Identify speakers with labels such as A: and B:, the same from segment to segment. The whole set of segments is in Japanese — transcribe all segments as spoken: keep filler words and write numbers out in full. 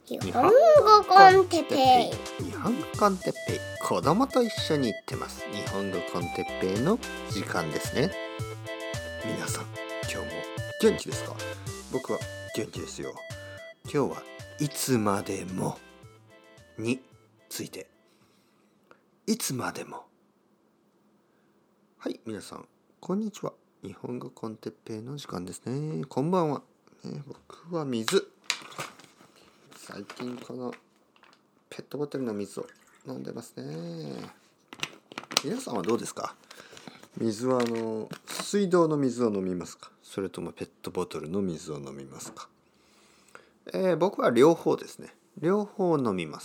A: 日本語コンテッペイ日本語コンテッペイ子供と一緒に行ってます。日本語コンテッペイの時間ですね。皆さん今日も元気ですか？僕は元気ですよ。今日はいつまでもについて、いつまでも。はい、皆さんこんにちは。日本語コンテッペイの時間ですね。こんばんは、ね、僕は水最近このペットボトルの水を飲んでますね。皆さんはどうですか？水はあの水道の水を飲みますか？それともペットボトルの水を飲みますか？えー、僕は両方ですね。両方飲みます。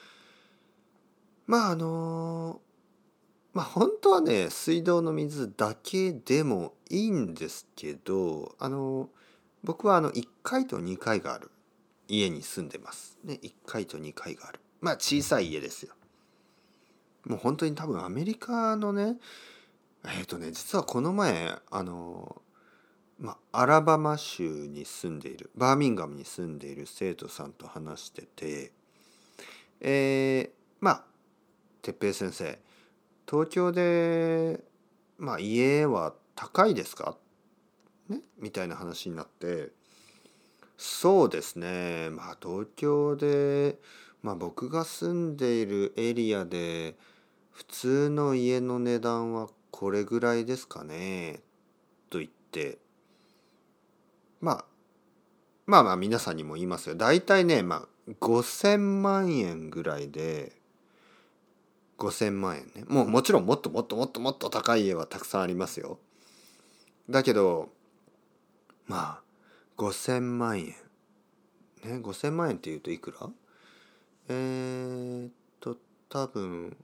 A: まああのまあ本当はね水道の水だけでもいいんですけど、あの僕はあのいっかいとにかいがある家に住んでますね。いっかいとにかいがある。まあ小さい家ですよ。もう本当に多分アメリカのね、えっとね、実はこの前、あの、まあ、アラバマ州に住んでいる、バーミンガムに住んでいる生徒さんと話してて、えー、まあ、哲平先生、東京で、まあ、家は高いですかねみたいな話になって、そうですね、まあ、東京で、まあ、僕が住んでいるエリアで、普通の家の値段はこれぐらいですかねと言って、まあまあまあ皆さんにも言いますよ。大体ね、まあごせんまんえんぐらいで、ごせんまんえんね。もうもちろんもっともっともっともっと高い家はたくさんありますよ。だけど、まあごせんまんえん。ね、ごせんまん円って言うといくら？えーっと、多分、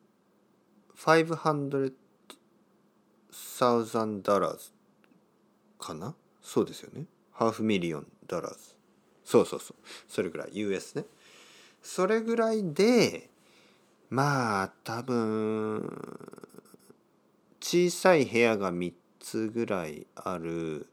A: ごひゃくまんドルかな？そうですよね。ハーフミリオンドラーズ。そうそうそう。それぐらい。ユーエス ね。それぐらいで、まあ、多分、小さい部屋がみっつぐらいある、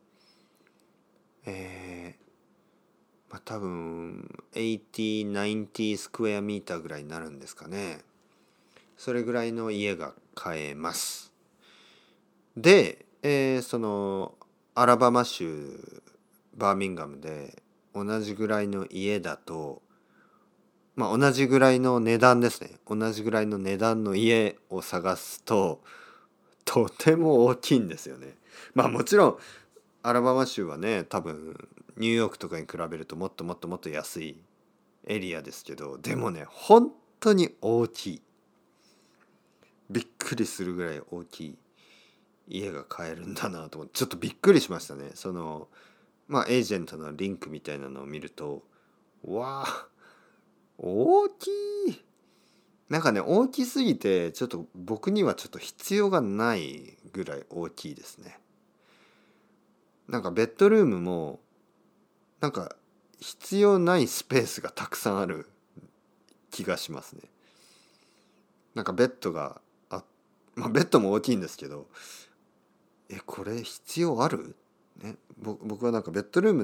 A: えー、まあ多分、はちじゅう、きゅうじゅうスクエアミーターぐらいになるんですかね。それぐらいの家が買えます。で、えーその、アラバマ州、バーミンガムで同じぐらいの家だと、まあ同じぐらいの値段ですね。同じぐらいの値段の家を探すと、とても大きいんですよね。まあもちろん、アラバマ州はね、多分、ニューヨークとかに比べるともっともっともっと安いエリアですけど、でもね、本当に大きい。びっくりするぐらい大きい家が買えるんだなと思って、ちょっとびっくりしましたね。その、まあエージェントのリンクみたいなのを見ると、わあ、大きい。なんかね、大きすぎて、ちょっと僕にはちょっと必要がないぐらい大きいですね。なんかベッドルームも、なんか必要ないスペースがたくさんある気がしますね。なんかベッドが、あ、まあベッドも大きいんですけど、え、これ必要ある？ね、僕僕はなんかベッドルームって、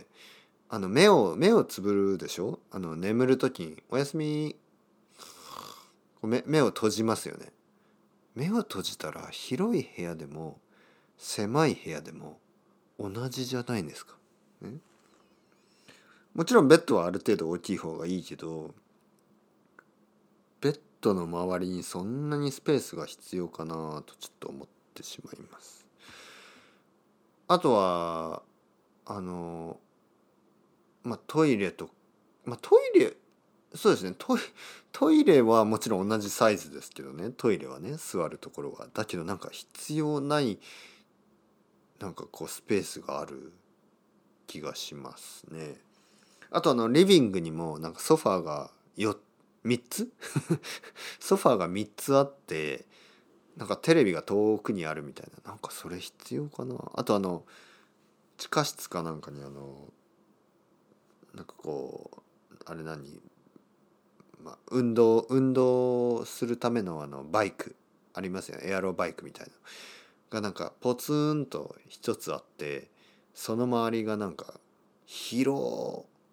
A: あの目を目をつぶるでしょ？あの眠るときにおやすみ目目を閉じますよね。目を閉じたら広い部屋でも狭い部屋でも同じじゃないんですか、ね、もちろんベッドはある程度大きい方がいいけど、ベッドの周りにそんなにスペースが必要かなとちょっと思ってしまいます。あとはあのまあトイレと、まあトイレ、そうですね、トイ、トイレはもちろん同じサイズですけどね、トイレはね、座るところは。だけどなんか必要ない、なんかこうスペースがある気がしますね。あとあの、リビングにもなんかソファーがよみっつソファーがみっつあって、なんかテレビが遠くにあるみたいな、なんかそれ必要かな。あとあの、地下室かなんかにあの、なんかこう、あれ何、まあ、運動運動するためのあのバイクありますよね。エアロバイクみたいながなんかポツンと一つあって、その周りがなんか広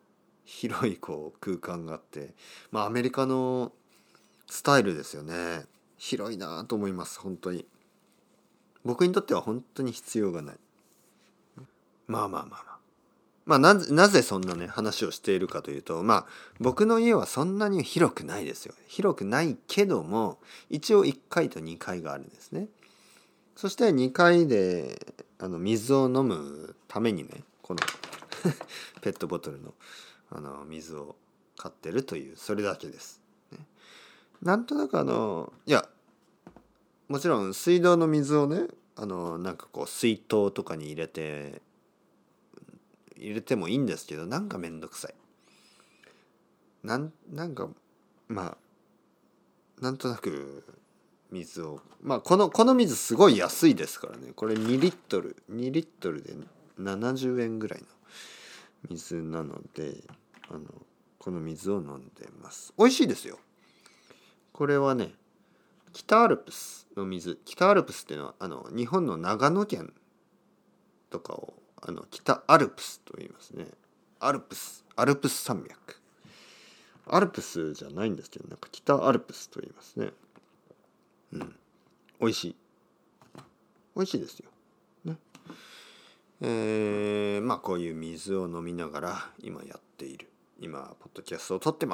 A: 広いこう空間があって、まあアメリカのスタイルですよね。広いなと思います。本当に僕にとっては本当に必要がない。まあまあまあまあまあなぜ、なぜそんなね話をしているかというと、まあ僕の家はそんなに広くないですよ。広くないけども一応いっかいとにかいがあるんですね。そしてにかいであの水を飲むためにね、このペットボトルのあの水を買ってるという、それだけです、ね。なんとなくあのいやもちろん水道の水をね、あのなんかこう水筒とかに入れて入れてもいいんですけど、なんかめんどくさい。なんなんかまあなんとなく水をまあこのこの水すごい安いですからね。これにリットルにリットルでななじゅうえんぐらいの水なので、あのこの水を飲んでます。美味しいですよ。これはね、北アルプスの水。北アルプスっていうのはあの日本の長野県とかをあの北アルプスと言いますね。アルプスアルプス山脈。アルプスじゃないんですけど、なんか北アルプスと言いますね。うん、美味しい美味しいですよ、ね。えー、まあこういう水を飲みながら今やっている、今ポッドキャストを撮ってます。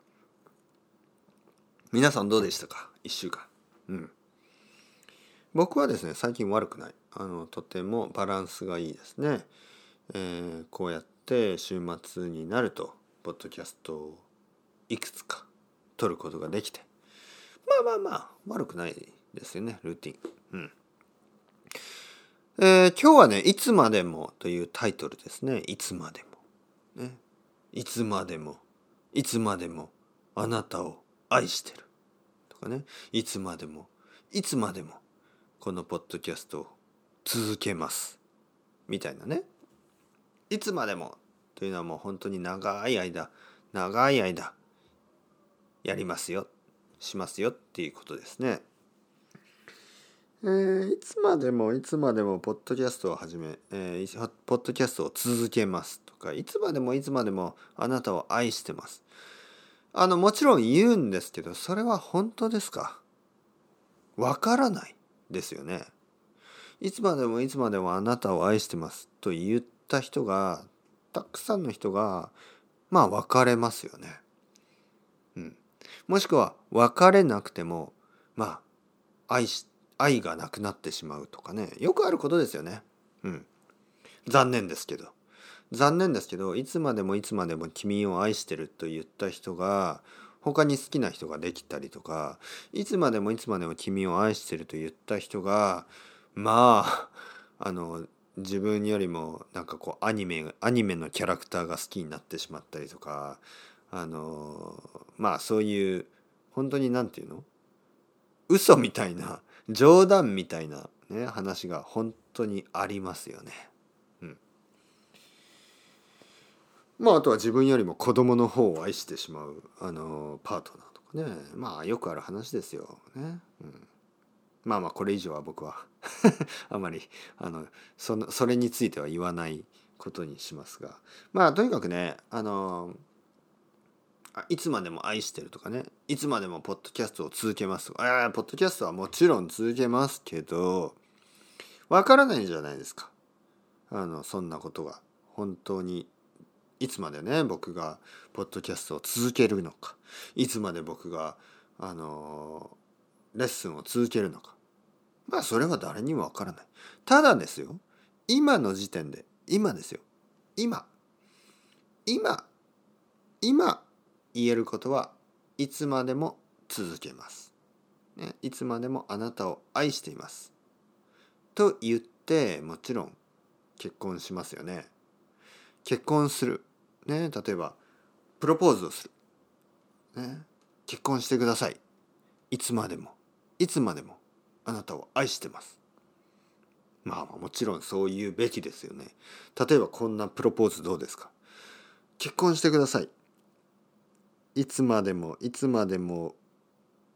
A: 皆さんどうでしたか、いっしゅうかん。うん僕はですね、最近悪くない。あのとてもバランスがいいですね。えー、こうやって週末になるとポッドキャストをいくつか撮ることができて、まあまあまあ悪くないですよね、ルーティン。うん。えー、今日はね、いつまでもというタイトルですね。いつまでも。ね。いつまでも、いつまでもあなたを愛してる。とかね。いつまでも、いつまでもこのポッドキャストを続けます。みたいなね。いつまでもというのはもう本当に長い間、長い間やりますよ。しますよっていうことですね。えー、いつまでもいつまでもポッドキャストを始め、えー、ポッドキャストを続けますとか、いつまでもいつまでもあなたを愛してます。あのもちろん言うんですけど、それは本当ですか？わからないですよね。いつまでもいつまでもあなたを愛してますと言った人が、たくさんの人がまあ別れますよね。うん。もしくは別れなくてもまあ愛し愛がなくなってしまうとかね、よくあることですよね。うん。残念ですけど。残念ですけど、いつまでもいつまでも君を愛してると言った人が、他に好きな人ができたりとか、いつまでもいつまでも君を愛してると言った人が、まあ、あの、自分よりもなんかこうアニメ、アニメのキャラクターが好きになってしまったりとか、あの、まあそういう、本当になんていうの？嘘みたいな、冗談みたいなね、話が本当にありますよね。うん。まああとは自分よりも子供の方を愛してしまうあのパートナーとかね、まあよくある話ですよね。うん、まあまあこれ以上は僕はあまりあのそのそれについては言わないことにしますが、まあとにかくね、あのいつまでも愛してるとかね、いつまでもポッドキャストを続けますとか、ああポッドキャストはもちろん続けますけど、わからないじゃないですか。あのそんなことが本当にいつまでね僕がポッドキャストを続けるのか、いつまで僕があのレッスンを続けるのか、まあそれは誰にもわからない。ただですよ、今の時点で、今ですよ、今今今言えることはいつまでも続けます、ね、いつまでもあなたを愛していますと言って、もちろん結婚しますよね。結婚する、ね、例えばプロポーズをする、ね、結婚してください、いつまでもいつまでもあなたを愛してます。まあもちろんそう言うべきですよね。例えばこんなプロポーズどうですか？結婚してください、いつまでもいつまでも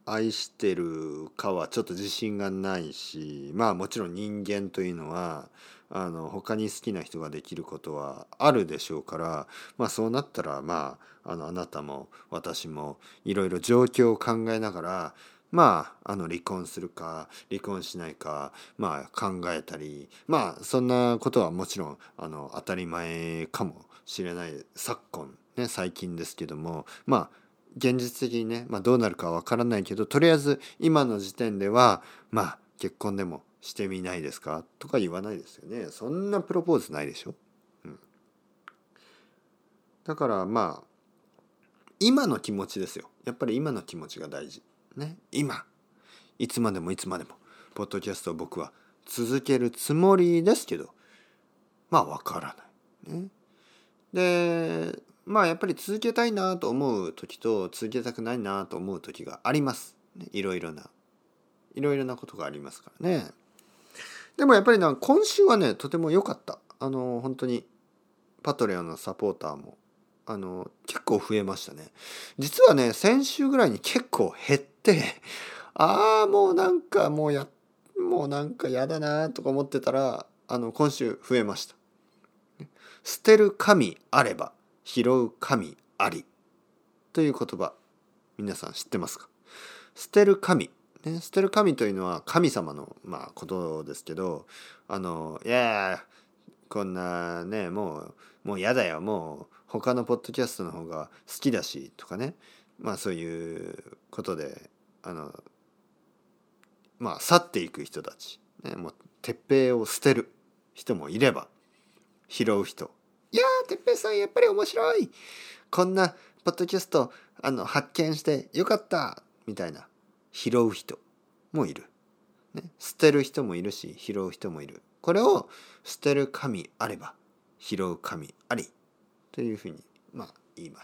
A: 愛してるかはちょっと自信がないし、まあもちろん人間というのはあの他に好きな人ができることはあるでしょうから、まあそうなったらまああのあなたも私もいろいろ状況を考えながら、まああの離婚するか離婚しないか、まあ考えたり、まあそんなことはもちろんあの当たり前かもしれない昨今ね、最近ですけども、まあ現実的にね、まあ、どうなるかわからないけど、とりあえず今の時点ではまあ結婚でもしてみないですかとか言わないですよね。そんなプロポーズないでしょ。うん、だからまあ今の気持ちですよ。やっぱり今の気持ちが大事ね。今いつまでもいつまでもポッドキャストを僕は続けるつもりですけど、まあわからない、ね、でまあやっぱり続けたいなと思う時と続けたくないなと思う時があります。いろいろないろいろなことがありますからね。でもやっぱりな今週はねとても良かった。あの本当にパトレオンのサポーターもあの結構増えましたね。実はね先週ぐらいに結構減ってああもうなんかもうやもうなんかやだなとか思ってたらあの今週増えました。捨てる神あれば拾う神ありという言葉、皆さん知ってますか？捨てる神、ね、捨てる神というのは神様のまあことですけど、あのいやこんなねもうもうやだよ、もう他のポッドキャストの方が好きだしとかね、まあそういうことであのまあ去っていく人たち、ね、もう鉄平を捨てる人もいれば拾う人、いやー、てっぺいさんやっぱり面白い。こんなポッドキャストあの発見してよかったみたいな拾う人もいる。ね、捨てる人もいるし拾う人もいる。これを捨てる神あれば拾う神ありというふうにまあ言います。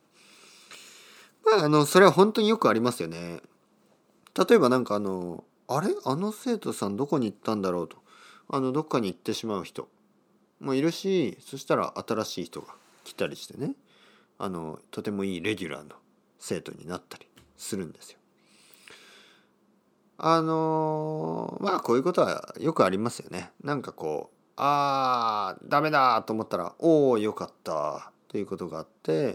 A: まああのそれは本当によくありますよね。例えばなんかあのあれあの生徒さんどこに行ったんだろうとあのどっかに行ってしまう人もいるし、そしたら新しい人が来たりしてね、あのとてもいいレギュラーの生徒になったりするんですよ。あのまあこういうことはよくありますよね。なんかこうあーダメだと思ったらおおよかったということがあって、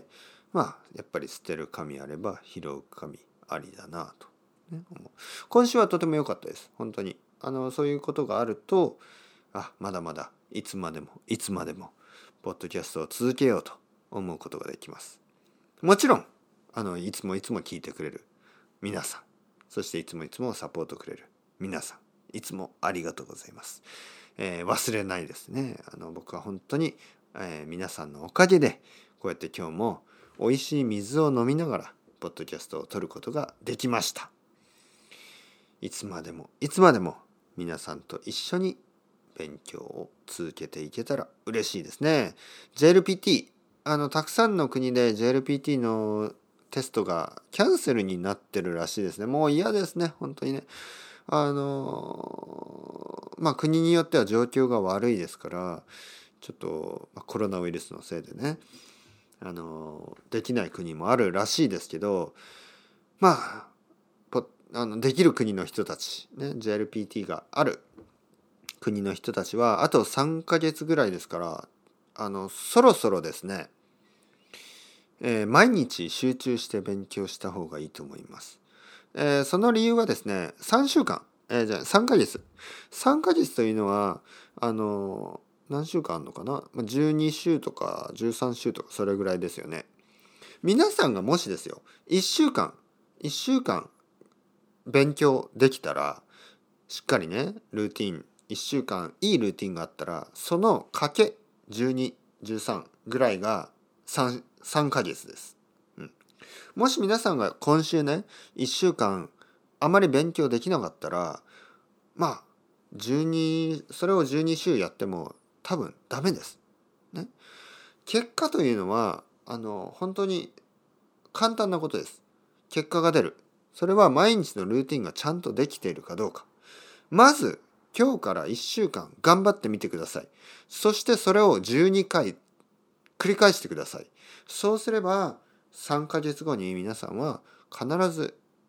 A: まあやっぱり捨てる神あれば拾う神ありだなと、ね、今週はとても良かったです本当に。あのそういうことがあるとあまだまだいつまでもいつまでもポッドキャストを続けようと思うことができます。もちろんあのいつもいつも聞いてくれる皆さん、そしていつもいつもサポートくれる皆さん、いつもありがとうございます。えー、忘れないですね。あの僕は本当に、えー、皆さんのおかげでこうやって今日も美味しい水を飲みながらポッドキャストを撮ることができました。いつまでもいつまでも皆さんと一緒に勉強を続けていけたら嬉しいですね。 ジェイエルピーティー あのたくさんの国で ジェイエルピーティー のテストがキャンセルになってるらしいですね。もう嫌ですね本当にね。あのまあ国によっては状況が悪いですからちょっと、まあ、コロナウイルスのせいでねあのできない国もあるらしいですけど、まあポあのできる国の人たちね ジェイエルピーティー がある国の人たちはあとさんかげつぐらいですからあのそろそろですね、えー、毎日集中して勉強した方がいいと思います。えー、その理由はですねさんしゅうかん、えー、じゃあさんかげつさんかげつというのはあの何週間あるのかなじゅうに週とかじゅうさん週とかそれぐらいですよね。皆さんがもしですよいっしゅうかんいっしゅうかん勉強できたらしっかりねルーティンいっしゅうかんいいルーティンがあったらそのかけじゅうに、じゅうさんぐらいが 3, 3ヶ月です、うん。もし皆さんが今週ねいっしゅうかんあまり勉強できなかったらまあじゅうにそれをじゅうに週やっても多分ダメです、ね、結果というのはあの本当に簡単なことです。結果が出る。それは毎日のルーティンがちゃんとできているかどうか。まず今日からいっしゅうかん頑張ってみてください。そしてそれをじゅうにかい繰り返してください。そうすればさんかげつごに皆さんは必ず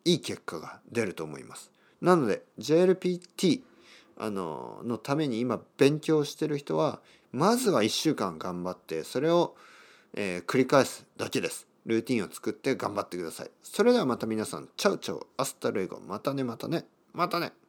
A: いい結果が出ると思います。なので ジェイエルピーティー あののために今勉強してる人はまずはいっしゅうかん頑張ってそれを、えー繰り返すだけです。ルーティンを作って頑張ってください。それではまた皆さん、チャウチャウ、アスタルエゴ、またねまたねまたね。